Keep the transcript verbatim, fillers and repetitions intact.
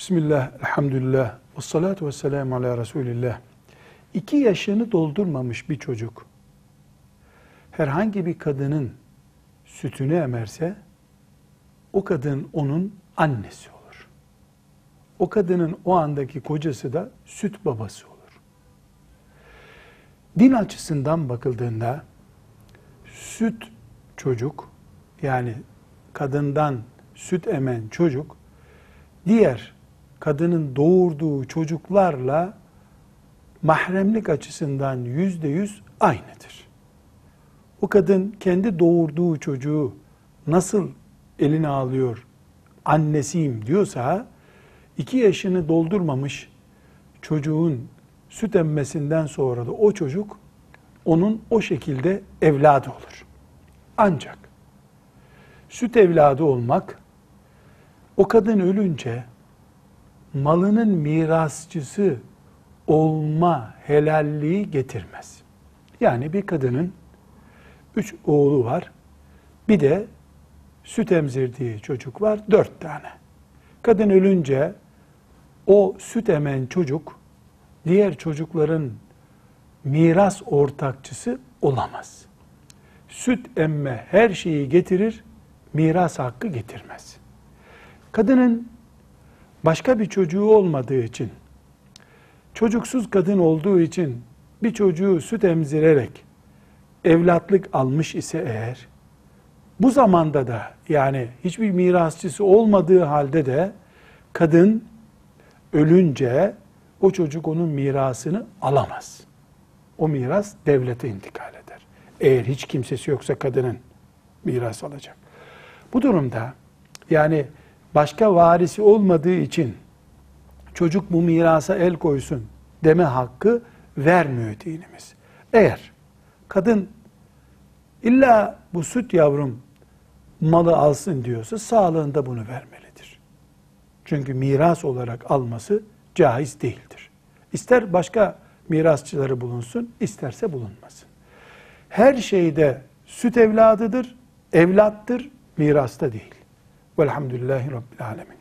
Bismillah, elhamdülillah, ve salatu ve selamu ala Resulillah. İki yaşını doldurmamış bir çocuk, herhangi bir kadının sütünü emerse, o kadın onun annesi olur. O kadının o andaki kocası da süt babası olur. Din açısından bakıldığında, süt çocuk, yani kadından süt emen çocuk, diğer kadının doğurduğu çocuklarla mahremlik açısından yüzde yüz aynıdır. O kadın kendi doğurduğu çocuğu nasıl eline alıyor, annesiyim diyorsa, iki yaşını doldurmamış çocuğun süt emmesinden sonra da o çocuk onun o şekilde evladı olur. Ancak süt evladı olmak, o kadın ölünce malının mirasçısı olma helalliği getirmez. Yani bir kadının üç oğlu var, bir de süt emzirdiği çocuk var, dört tane. Kadın ölünce o süt emen çocuk diğer çocukların miras ortakçısı olamaz. Süt emme her şeyi getirir, miras hakkı getirmez. Kadının başka bir çocuğu olmadığı için, çocuksuz kadın olduğu için bir çocuğu süt emzirerek evlatlık almış ise eğer, bu zamanda da, yani hiçbir mirasçısı olmadığı halde de kadın ölünce o çocuk onun mirasını alamaz. O miras devlete intikal eder. Eğer hiç kimsesi yoksa kadının miras alacak. Bu durumda, yani başka varisi olmadığı için çocuk bu mirasa el koysun deme hakkı vermiyor dinimiz. Eğer kadın illa bu süt yavrum malı alsın diyorsa sağlığında bunu vermelidir. Çünkü miras olarak alması caiz değildir. İster başka mirasçıları bulunsun, isterse bulunmasın. Her şeyde süt evladıdır, evlattır, mirasta değil. Velhamdülillahi Rabbil Alemin.